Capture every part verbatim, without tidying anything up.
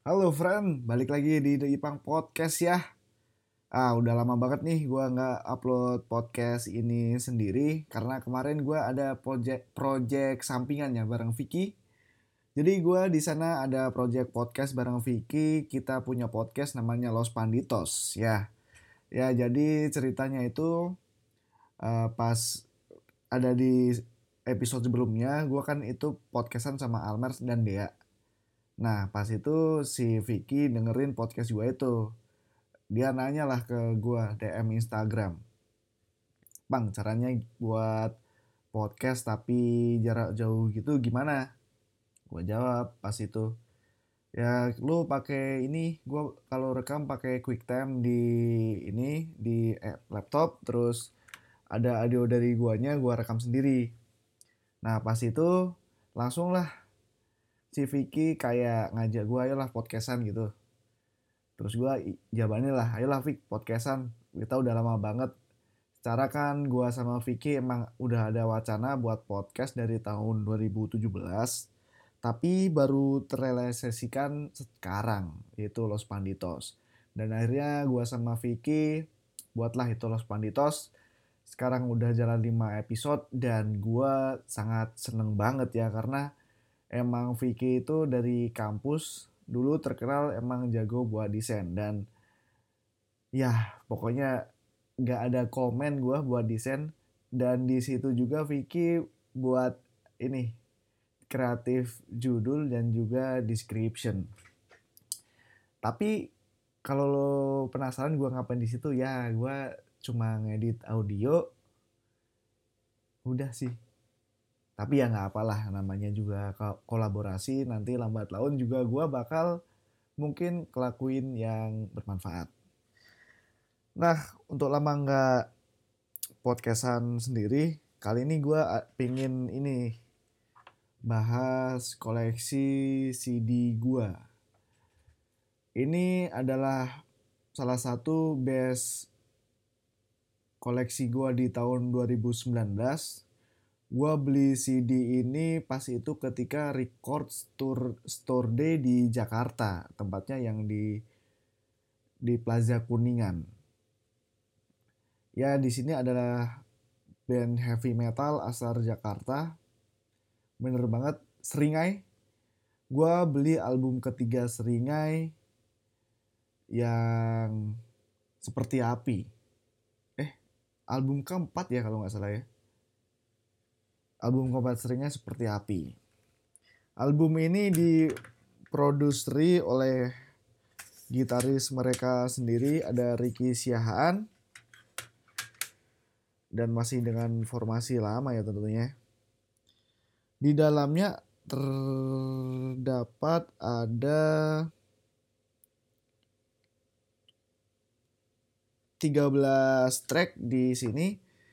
Halo friend, balik lagi di The Ipang Podcast ya. Ah, udah lama banget nih gue nggak upload podcast ini sendiri karena kemarin gue ada project project sampingannya bareng Vicky. Jadi gue di sana ada project podcast bareng Vicky. Kita punya podcast namanya Los Panditos ya. Ya jadi ceritanya itu eh, pas ada di episode sebelumnya gue kan itu podcastan sama Almers dan Dea. Nah pas itu si Vicky dengerin podcast gue itu. Dia nanya lah ke gue D M Instagram, bang caranya buat podcast tapi jarak jauh gitu gimana? Gue jawab pas itu, ya lu pakai ini, gue kalau rekam pakai QuickTime di ini di eh, laptop, terus ada audio dari guanya gue rekam sendiri. Nah pas itu langsung lah si Vicky kayak ngajak gue, ayolah podcastan gitu. Terus gue jawabannya lah, ayolah Vick podcastan, kita udah lama banget. Secara kan gua sama Vicky emang udah ada wacana buat podcast dari tahun dua ribu tujuh belas, tapi baru terrealisasikan sekarang, yaitu Los Panditos. Dan akhirnya gua sama Vicky buatlah itu Los Panditos. Sekarang udah jalan lima episode dan gua sangat seneng banget ya karena emang Vicky itu dari kampus dulu terkenal emang jago buat desain dan ya pokoknya nggak ada komen gue buat desain, dan di situ juga Vicky buat ini kreatif judul dan juga description. Tapi kalau lo penasaran gue ngapain di situ, ya gue cuma ngedit audio udah sih. Tapi ya nggak apalah, namanya juga kolaborasi, nanti lambat laun juga gue bakal mungkin kelakuin yang bermanfaat. Nah, untuk lama nggak podcastan sendiri, kali ini gue pingin ini bahas koleksi C D gue. Ini adalah salah satu best koleksi gue di tahun dua ribu sembilan belas. Gue beli C D ini pas itu ketika Record Store, Store Day di Jakarta, tempatnya yang di di Plaza Kuningan. Ya di sini adalah band heavy metal asal Jakarta. Bener banget, Seringai. Gue beli album ketiga Seringai yang Seperti Api. Eh, album keempat ya kalau nggak salah ya. Album keempat Seringai Seperti Api. Album ini diproduseri oleh gitaris mereka sendiri, ada Ricky Siahaan, dan masih dengan formasi lama ya tentunya. Di dalamnya terdapat ada tiga belas track di sini.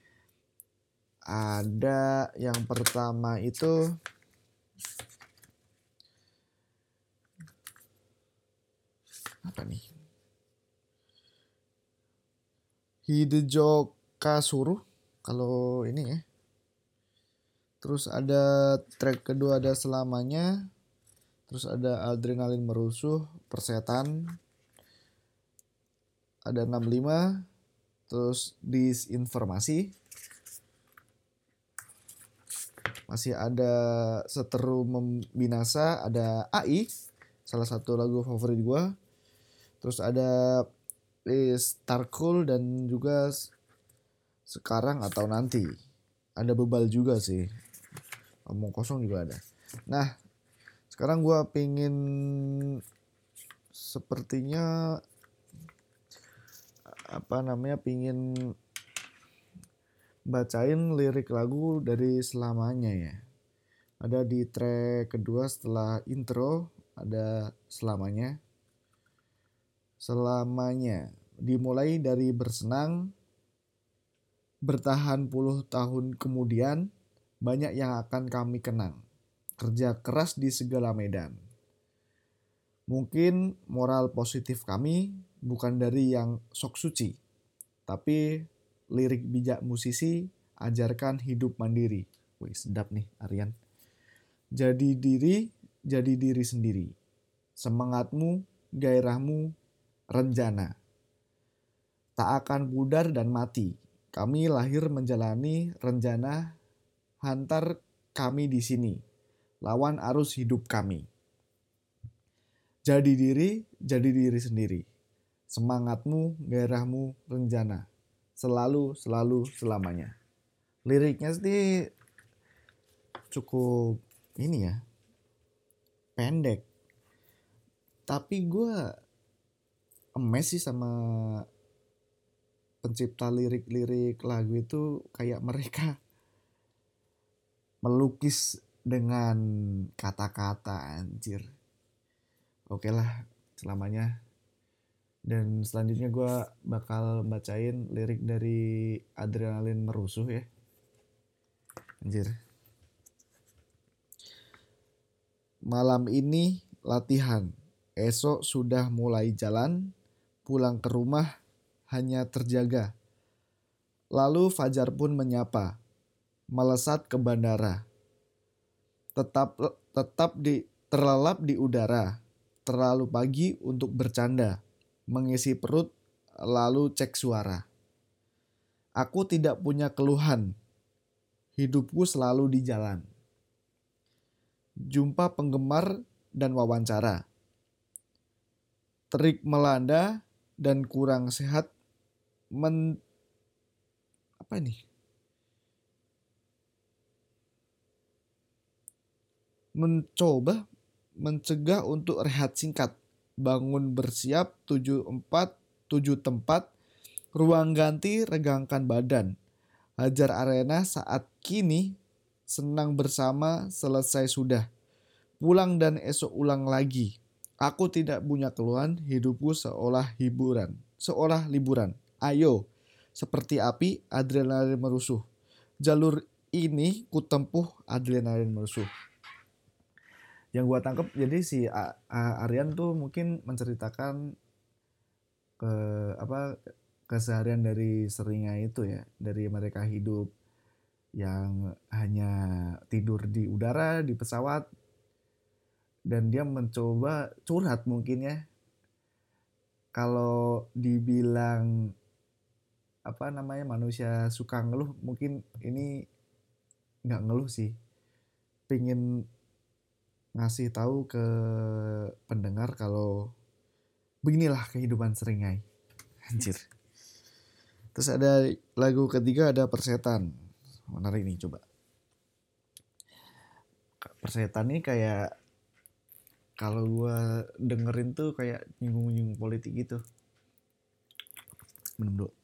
Ada yang pertama itu apa nih? Hidejo Kasuru kalau ini ya. Terus ada track kedua ada Selamanya. Terus ada Adrenalin Merusuh, Persetan. Ada enam puluh lima. Terus Disinformasi. Masih ada Seteru Membinasa, ada A I, salah satu lagu favorit gue. Terus ada Starcool dan juga Sekarang atau Nanti. Ada Bebal juga sih. Omong Kosong juga ada. Nah, sekarang gue pengen sepertinya apa namanya pengen bacain lirik lagu dari Selamanya ya. Ada di track kedua setelah intro, ada Selamanya. Selamanya dimulai dari bersenang, bertahan puluh tahun kemudian, banyak yang akan kami kenang. Kerja keras di segala medan. Mungkin moral positif kami bukan dari yang sok suci, tapi lirik bijak musisi ajarkan hidup mandiri. Wih sedap nih Aryan. Jadi diri, jadi diri sendiri. semangatmu, gairahmu, rencana. Tak akan pudar dan mati. Kami lahir menjalani rencana, hantar kami di sini. Lawan arus hidup kami. Jadi diri, jadi diri sendiri. Semangatmu, gairahmu, rencana. Selalu, selalu, selamanya. Liriknya sih cukup ini ya, pendek. Tapi gue emes sih sama pencipta lirik-lirik lagu itu, kayak mereka melukis dengan kata-kata, anjir. Oke lah, selamanya. Dan selanjutnya gue bakal bacain lirik dari Adrenalin Merusuh ya. Anjir. Malam ini latihan, esok sudah mulai jalan, pulang ke rumah hanya terjaga. Lalu fajar pun menyapa, melesat ke bandara. Tetap tetap di terlelap di udara, terlalu pagi untuk bercanda, mengisi perut lalu cek suara. Aku tidak punya keluhan, hidupku selalu di jalan. Jumpa penggemar dan wawancara. Terik melanda dan kurang sehat men apa ini? Mencoba mencegah untuk rehat singkat. Bangun bersiap tujuh empat tujuh tempat. Ruang ganti regangkan badan. Hajar arena saat kini. Senang bersama selesai sudah. Pulang dan esok ulang lagi. Aku tidak punya keluhan, hidupku seolah hiburan. Seolah liburan. Ayo, seperti api, adrenalin merusuh. Jalur ini ku tempuh, adrenalin merusuh. Yang gua tangkep, jadi si A- A- Aryan tuh mungkin menceritakan ke apa keseharian dari Seringai itu ya, dari mereka hidup yang hanya tidur di udara, di pesawat, dan dia mencoba curhat mungkin ya. Kalau dibilang apa namanya manusia suka ngeluh, mungkin ini nggak ngeluh sih, pingin ngasih tahu ke pendengar kalau beginilah kehidupan Seringai. Anjir. Terus ada lagu ketiga, ada Persetan. Menarik nih, coba. Persetan ini kayak kalau gue dengerin tuh kayak nyinggung-nyinggung politik gitu. Minum dulu.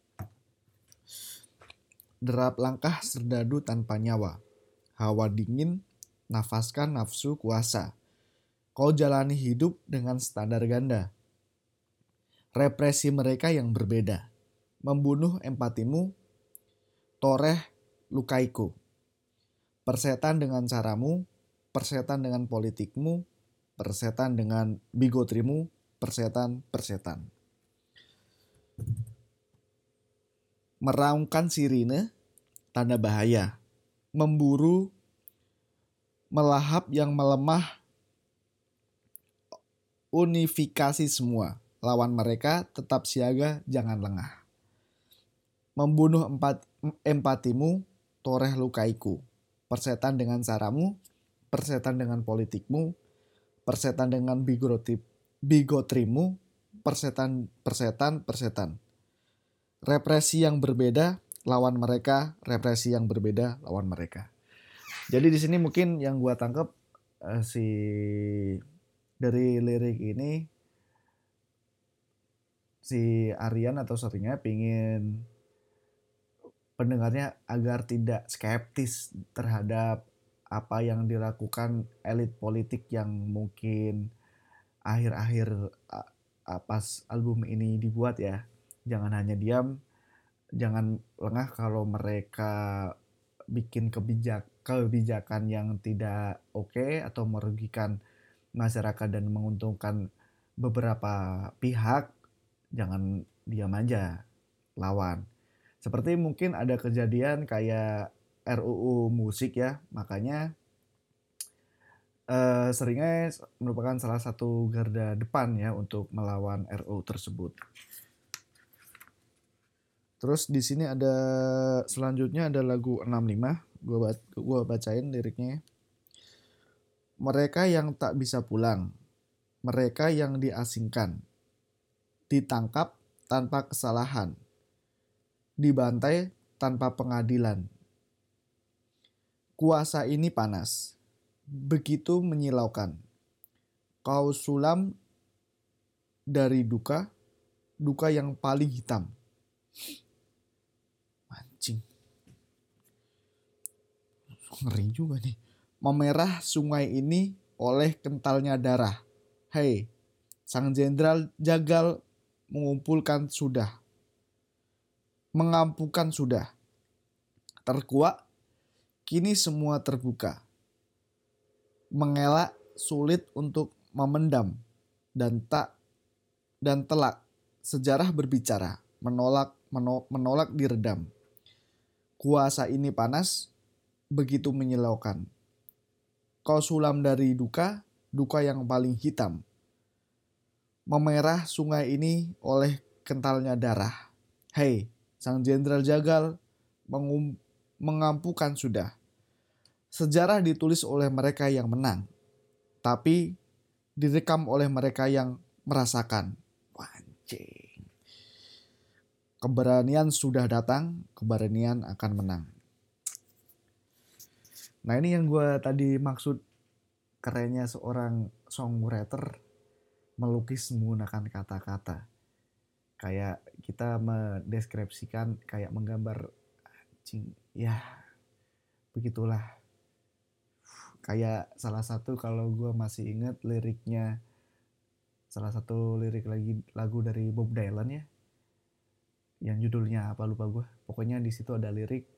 Derap langkah serdadu tanpa nyawa. Hawa dingin, nafaskan nafsu kuasa. Kau jalani hidup dengan standar ganda. Represi mereka yang berbeda. Membunuh empatimu, toreh lukaiku. Persetan dengan caramu, persetan dengan politikmu, persetan dengan bigotrimu, persetan, persetan. Meraungkan sirine, tanda bahaya. Memburu, melahap yang melemah, unifikasi semua. Lawan mereka, tetap siaga, jangan lengah. Membunuh empat, empatimu, toreh lukaiku. Persetan dengan caramu, persetan dengan politikmu, persetan dengan bigotri, bigotrimu, persetan, persetan, persetan. Represi yang berbeda lawan mereka, represi yang berbeda lawan mereka. Jadi di sini mungkin yang gua tangkap uh, si dari lirik ini, si Aryan atau Seringai pingin pendengarnya agar tidak skeptis terhadap apa yang dilakukan elit politik yang mungkin akhir-akhir uh, pas album ini dibuat ya. Jangan hanya diam, jangan lengah kalau mereka bikin kebijak, kebijakan yang tidak oke okay, atau merugikan masyarakat dan menguntungkan beberapa pihak. Jangan diam aja, lawan. Seperti mungkin ada kejadian kayak R U U musik ya, makanya uh, seringnya merupakan salah satu garda depan ya untuk melawan R U U tersebut. Terus di sini ada selanjutnya ada lagu enam lima, gua gua bacain liriknya. Mereka yang tak bisa pulang, mereka yang diasingkan, ditangkap tanpa kesalahan, dibantai tanpa pengadilan. Kuasa ini panas, begitu menyilaukan. Kau sulam dari duka, duka yang paling hitam. Anjing. Ngeri juga nih. Memerah sungai ini oleh kentalnya darah. Hei, sang jenderal jagal mengumpulkan sudah. Mengampukan sudah. Terkuak, kini semua terbuka. Mengelak sulit untuk memendam dan tak dan telak sejarah berbicara, menolak menolak diredam. Kuasa ini panas, begitu menyilaukan. Kau sulam dari duka, duka yang paling hitam. Memerah sungai ini oleh kentalnya darah. Hei, sang jenderal jagal mengum, mengampukan sudah. Sejarah ditulis oleh mereka yang menang, tapi direkam oleh mereka yang merasakan. Anjing. Keberanian sudah datang, keberanian akan menang. Nah ini yang gue tadi maksud kerennya seorang songwriter melukis menggunakan kata-kata. Kayak kita mendeskripsikan, kayak menggambar, anjing, ya begitulah. Kayak salah satu kalau gue masih ingat liriknya, salah satu lirik lagi lagu dari Bob Dylan ya, yang judulnya apa lupa gue. Pokoknya di situ ada lirik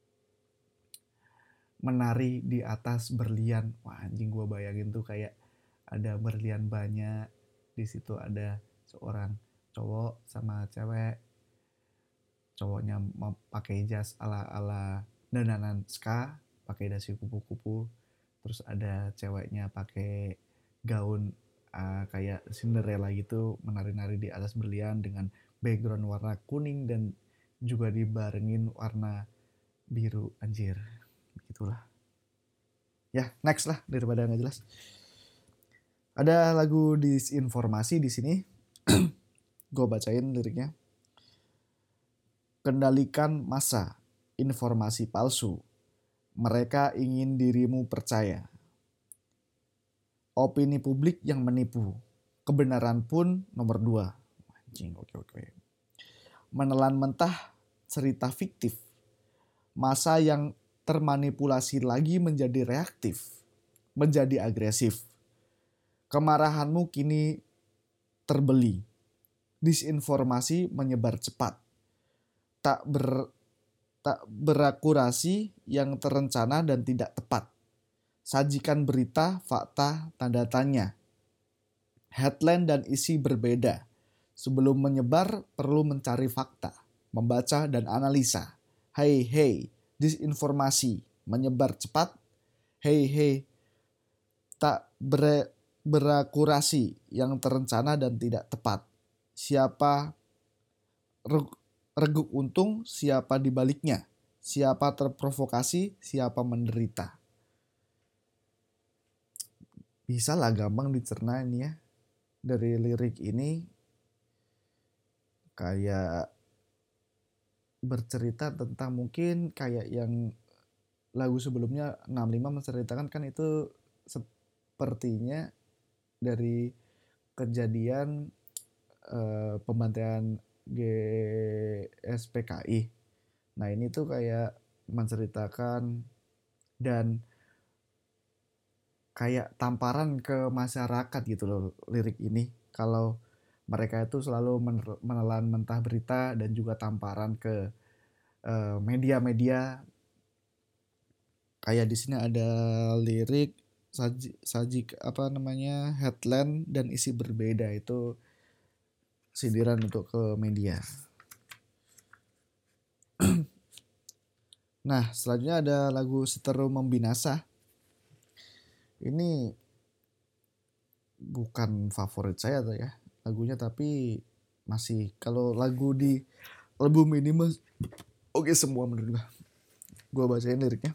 menari di atas berlian. Wah anjing, gue bayangin tuh kayak ada berlian banyak. Di situ ada seorang cowok sama cewek. Cowoknya pakai jas ala-ala dandanan ska, pakai dasi kupu-kupu. Terus ada ceweknya pakai gaun uh, kayak Cinderella gitu, menari-nari di atas berlian dengan background warna kuning dan juga dibarengin warna biru. Anjir, begitulah. Ya, next lah daripada nggak jelas. Ada lagu disinformasi di sini. Gue bacain liriknya. Kendalikan massa, informasi palsu. Mereka ingin dirimu percaya. Opini publik yang menipu. Kebenaran pun nomor dua. Anjing, oke oke. Menelan mentah cerita fiktif. Massa yang termanipulasi lagi menjadi reaktif, menjadi agresif. Kemarahanmu kini terbeli. Disinformasi menyebar cepat. Tak ber, tak berakurasi, yang terencana dan tidak tepat. Sajikan berita, fakta, tanda tanya. Headline dan isi berbeda. Sebelum menyebar perlu mencari fakta, membaca dan analisa. Hei hei, disinformasi menyebar cepat. Hei hei, tak ber, berakurasi, yang terencana dan tidak tepat. Siapa reguk untung, siapa di baliknya. Siapa terprovokasi, siapa menderita. Bisa lah gampang dicerna ini ya. Dari lirik ini kayak bercerita tentang mungkin kayak yang lagu sebelumnya enam lima menceritakan kan, itu sepertinya dari kejadian uh, pembantaian G S P K I. Nah ini tuh kayak menceritakan dan kayak tamparan ke masyarakat gitu loh lirik ini. Kalau mereka itu selalu menelan mentah berita dan juga tamparan ke uh, media-media. Kayak di sini ada lirik saji, saji apa namanya headline dan isi berbeda, itu sindiran untuk ke media. Nah selanjutnya ada lagu Seteru Membinasa. Ini bukan favorit saya tuh ya lagunya, tapi masih kalau lagu di album ini mas oke semua menurut gue. Gue bacain liriknya.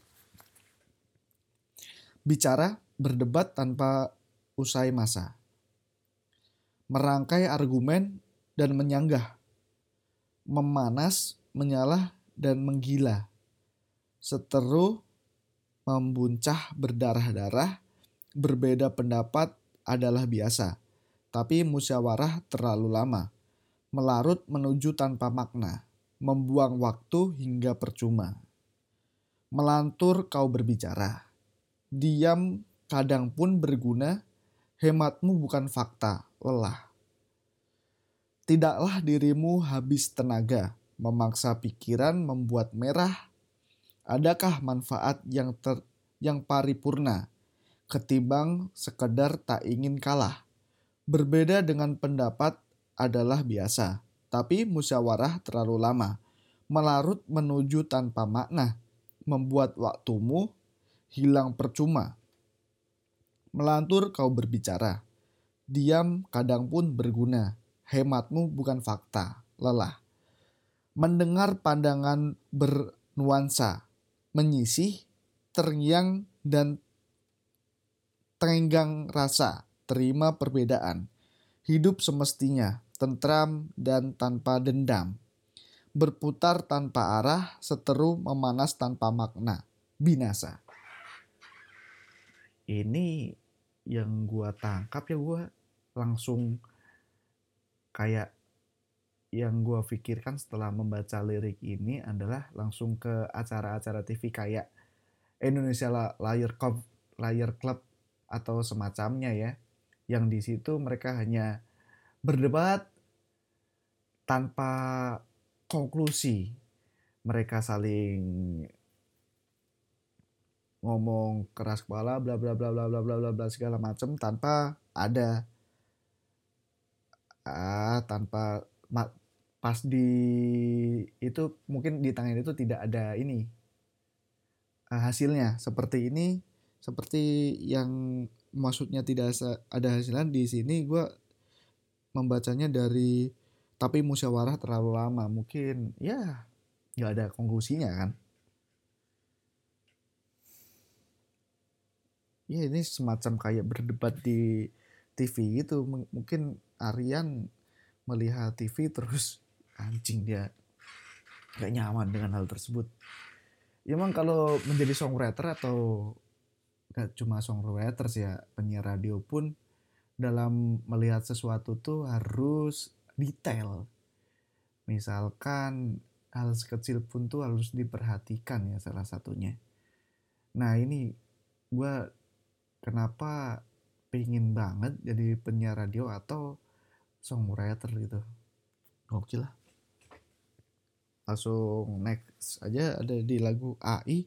Bicara, berdebat tanpa usai masa, merangkai argumen dan menyanggah, memanas, menyalah dan menggila, seteru, membuncah berdarah-darah, berbeda pendapat adalah biasa, tapi musyawarah terlalu lama, melarut menuju tanpa makna, membuang waktu hingga percuma. Melantur kau berbicara, diam kadang pun berguna, hematmu bukan fakta, lelah. Tidaklah dirimu habis tenaga, memaksa pikiran membuat merah. Adakah manfaat yang ter, yang paripurna, ketimbang sekedar tak ingin kalah? Berbeda dengan pendapat adalah biasa, tapi musyawarah terlalu lama, melarut menuju tanpa makna, membuat waktumu hilang percuma. Melantur kau berbicara, diam kadang pun berguna, hematmu bukan fakta, lelah. Mendengar pandangan bernuansa, menyisih, terngiang dan tenggang rasa, terima perbedaan. Hidup semestinya tentram dan tanpa dendam. Berputar tanpa arah, seteru memanas tanpa makna, binasa. Ini yang gua tangkap ya, gua langsung kayak yang gua pikirkan setelah membaca lirik ini adalah langsung ke acara-acara T V kayak Indonesia Layar Club, Layar Club atau semacamnya ya. Yang di situ mereka hanya berdebat tanpa konklusi. Mereka saling ngomong keras kepala bla bla bla bla bla bla bla bla segala macam tanpa ada ah tanpa ma, pas di itu mungkin di tangan itu tidak ada ini ah, hasilnya seperti ini, seperti yang maksudnya tidak ada hasilnya. Di sini gue membacanya dari tapi musyawarah terlalu lama, mungkin ya nggak ada konklusinya kan. Ya ini semacam kayak berdebat di T V gitu. M- mungkin Aryan melihat T V terus anjing dia gak nyaman dengan hal tersebut. Ya emang kalau menjadi songwriter atau gak cuma songwriter sih ya, penyiar radio pun dalam melihat sesuatu tuh harus detail. Misalkan hal sekecil pun tuh harus diperhatikan ya salah satunya. Nah ini gue kenapa pengen banget jadi penyiar radio atau songwriter gitu. Gokil lah. Langsung next aja ada di lagu A I.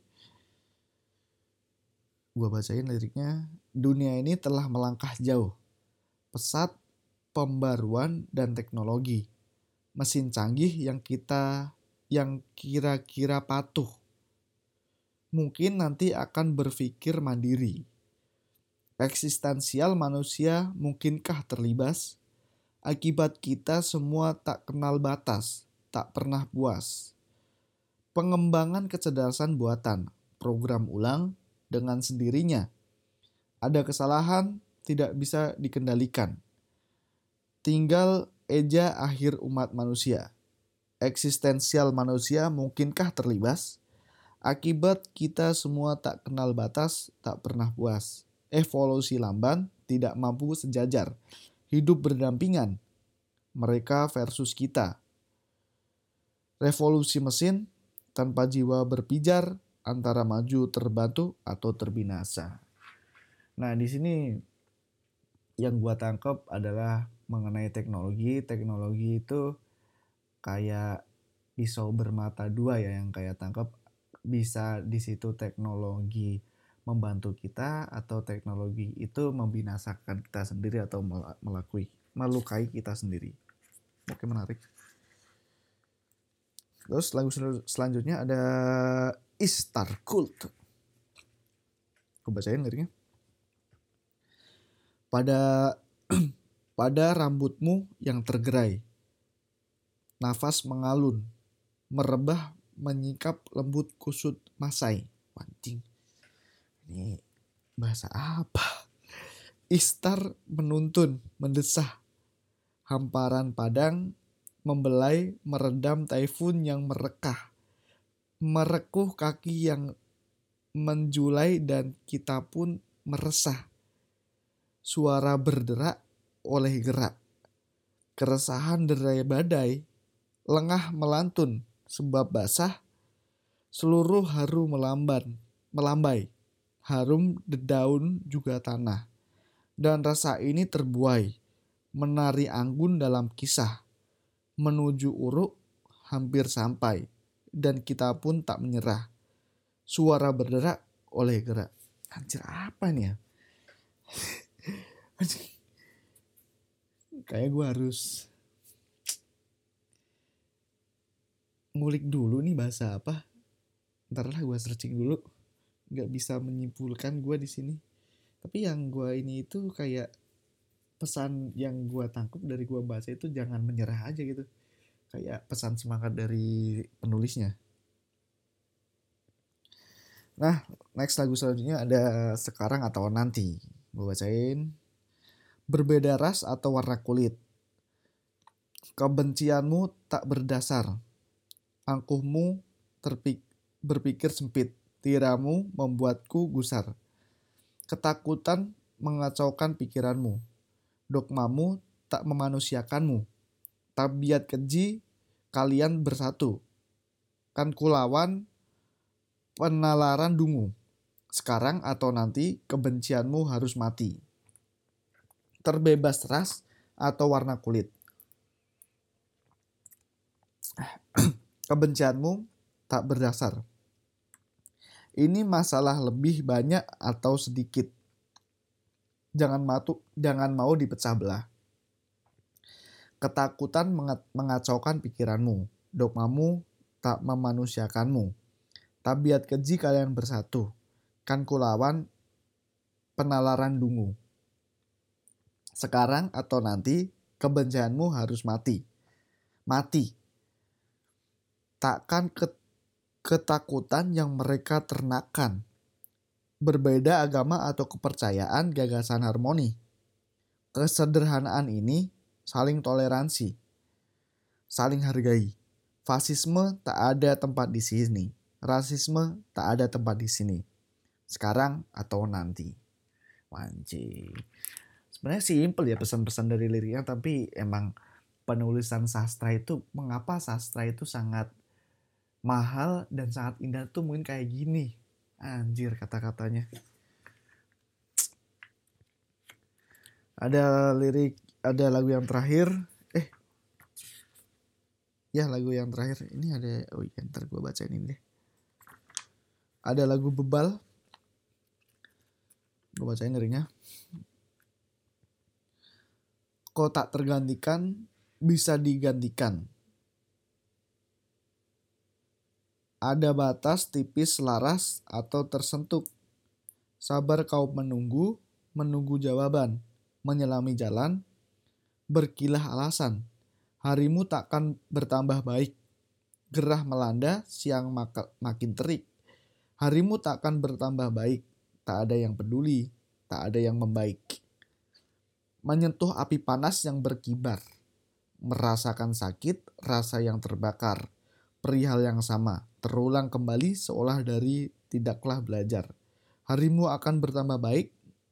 Gua bacain liriknya. Dunia ini telah melangkah jauh. Pesat, pembaruan, dan teknologi. Mesin canggih yang kita yang kira-kira patuh. Mungkin nanti akan berpikir mandiri. Eksistensial manusia mungkinkah terlibas? Akibat kita semua tak kenal batas, tak pernah puas. Pengembangan kecerdasan buatan, program ulang dengan sendirinya. Ada kesalahan, tidak bisa dikendalikan. Tinggal eja akhir umat manusia. Eksistensial manusia mungkinkah terlibas? Akibat kita semua tak kenal batas, tak pernah puas. Evolusi lamban, tidak mampu sejajar. Hidup berdampingan, mereka versus kita. Revolusi mesin, tanpa jiwa berpijar, antara maju terbantu atau terbinasa. Nah di sini yang gua tangkap adalah mengenai teknologi. Teknologi itu kayak pisau bermata dua ya, yang kayak tangkap bisa di situ teknologi membantu kita atau teknologi itu membinasakan kita sendiri atau melakui melukai kita sendiri. Oke, menarik. Terus lagu selanjutnya ada Istar Cult. Aku bacain liriknya. Pada pada rambutmu yang tergerai. Nafas mengalun, merebah menyingkap lembut kusut masai. Anjing. Ini bahasa apa? Istar menuntun, mendesah. Hamparan padang membelai meredam taifun yang merekah. Merekuh kaki yang menjulai dan kita pun meresah. Suara berderak oleh gerak. Keresahan derai badai, lengah melantun sebab basah. Seluruh haru melamban, melambai. Harum dedaun juga tanah. Dan rasa ini terbuai, menari anggun dalam kisah. Menuju uruk hampir sampai, dan kita pun tak menyerah. Suara berderak oleh gerak. Anjir, apa nih ya? Kayak gue harus ngulik dulu nih bahasa apa. Ntar lah gue searching dulu. Gak bisa menyimpulkan gue di sini. Tapi yang gue ini itu kayak pesan yang gue tangkap dari gue baca itu jangan menyerah aja gitu. Kayak pesan semangat dari penulisnya. Nah, next lagu selanjutnya ada Sekarang atau Nanti. Gue bacain. Berbeda ras atau warna kulit. Kebencianmu tak berdasar. Angkuhmu terpik- berpikir sempit. Tiramu membuatku gusar. Ketakutan mengacaukan pikiranmu. Dogmamu tak memanusiakanmu. Tabiat keji kalian bersatu. Kan kulawan penalaran dungu. Sekarang atau nanti kebencianmu harus mati. Terbebas ras atau warna kulit. Kebencianmu tak berdasar. Ini masalah lebih banyak atau sedikit. Jangan matu, jangan mau dipecah belah. Ketakutan mengacaukan pikiranmu. Dogmamu tak memanusiakanmu. Tabiat keji kalian bersatu. Kan kulawan penalaran dungu. Sekarang atau nanti kebencianmu harus mati. Mati. Takkan ketakutan yang mereka ternakan. Berbeda agama atau kepercayaan, gagasan harmoni. Kesederhanaan ini saling toleransi. Saling hargai. Fasisme tak ada tempat di sini. Rasisme tak ada tempat di sini. Sekarang atau nanti. Wanci. Sebenarnya simpel ya pesan-pesan dari liriknya, tapi emang penulisan sastra itu, mengapa sastra itu sangat mahal dan sangat indah tuh mungkin kayak gini. Anjir kata-katanya. Ada lirik, ada lagu yang terakhir. Eh, ya lagu yang terakhir. Ini ada, oh iya ntar gue bacain ini deh. Ada lagu Bebal. Gue bacain liriknya. Kau tak tergantikan, bisa digantikan. Ada batas tipis selaras atau tersentuh. Sabar kau menunggu, menunggu jawaban. Menyelami jalan, berkilah alasan. Harimu takkan bertambah baik. Gerah melanda, siang maka, makin terik. Harimu takkan bertambah baik. Tak ada yang peduli, tak ada yang membaik. Menyentuh api panas yang berkibar. Merasakan sakit, rasa yang terbakar. Perihal yang sama, terulang kembali seolah dari tidaklah belajar. Harimu akan bertambah baik.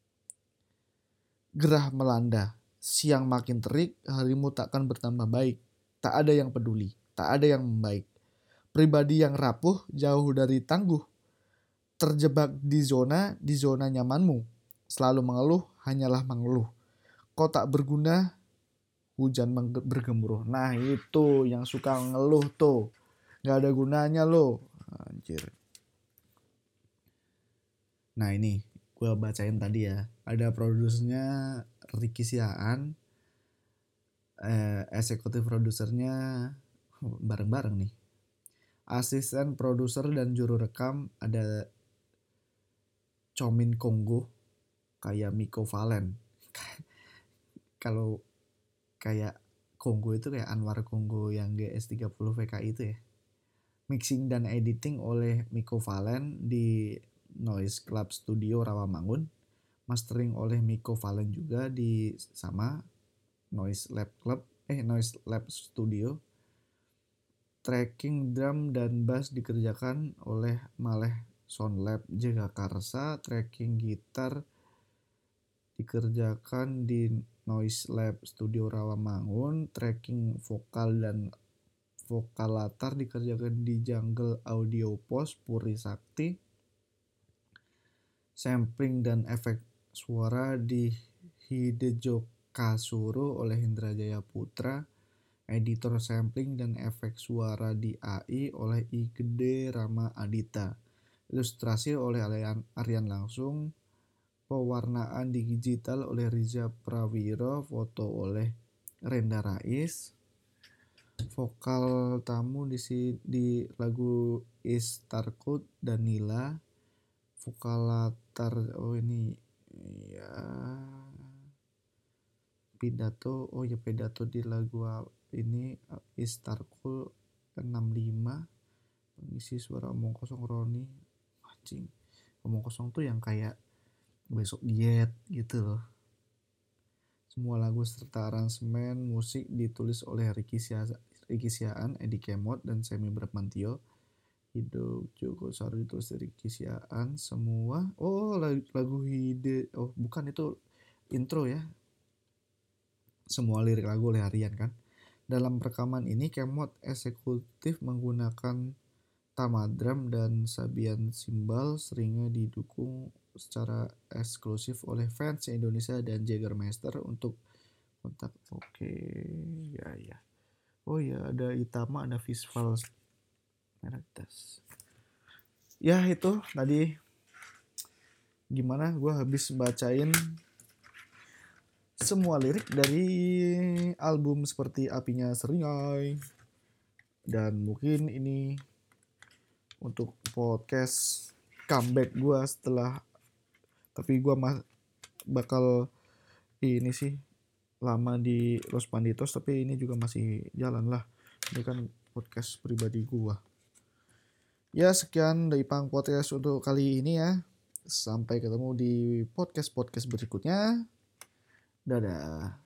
Gerah melanda, siang makin terik, harimu takkan bertambah baik. Tak ada yang peduli, tak ada yang membaik. Pribadi yang rapuh, jauh dari tangguh. Terjebak di zona, di zona nyamanmu. Selalu mengeluh, hanyalah mengeluh. Kau tak berguna, hujan bergemuruh. Nah itu yang suka ngeluh tuh. Gak ada gunanya lo. Anjir. Nah ini gue bacain tadi ya. Ada produsernya Ricky Siaan. Eh, eksekutif produsernya bareng-bareng nih. Asisten produser dan juru rekam ada Chomin Kongo kayak Miko Valen. kalau kayak Kongo itu kayak Anwar Kongo yang G S tiga puluh V K I itu ya. Mixing dan editing oleh Miko Valen di Noise Club Studio Rawamangun. Mastering oleh Miko Valen juga di sama Noise Lab Club eh Noise Lab Studio. Tracking drum dan bass dikerjakan oleh Maleh Soundlab Jagakarsa. Tracking gitar dikerjakan di Noise Lab Studio Rawamangun. Tracking vokal dan vokal latar dikerjakan di Jungle Audio Post Puri Sakti. Sampling dan efek suara di Hidejo Kasuro oleh Hendra Jaya Putra. Editor sampling dan efek suara di A I oleh I Gede Rama Adita. Ilustrasi oleh Aryan Langsung. Pewarnaan digital oleh Riza Prawiro. Foto oleh Renda Rais. Vokal tamu di, di lagu Istarkut Danila. Vokal latar oh ini ya pidato oh ya pidato di lagu ini Istarkul enam puluh lima. Pengisi suara omong kosong Roni. Anjing, omong kosong tuh yang kayak besok diet gitu loh. Semua lagu serta aransemen musik ditulis oleh Ricky Siaan, Edi Kemot, dan Semi Bramantio. Hidup Joko Saro ditulis dari Ricky Siaan. Semua oh lagu Hide oh bukan itu intro ya. Semua lirik lagu oleh Aryan kan. Dalam rekaman ini Kemot eksekutif menggunakan tama drum dan sabian simbal. Seringnya didukung secara eksklusif oleh fans Indonesia dan Jägermeister untuk kontak. Oke, ya ya. Oh ya, ada Itama, ada Visval Meratas. Ya itu tadi gimana gue habis bacain semua lirik dari album seperti Apinya Seringai. Dan mungkin ini untuk podcast comeback gue setelah, tapi gue mah bakal ini sih lama di Los Panditos, tapi ini juga masih jalan lah. Ini kan podcast pribadi gue. Ya sekian dari Pang Podcast untuk kali ini ya. Sampai ketemu di podcast-podcast berikutnya. Dadah.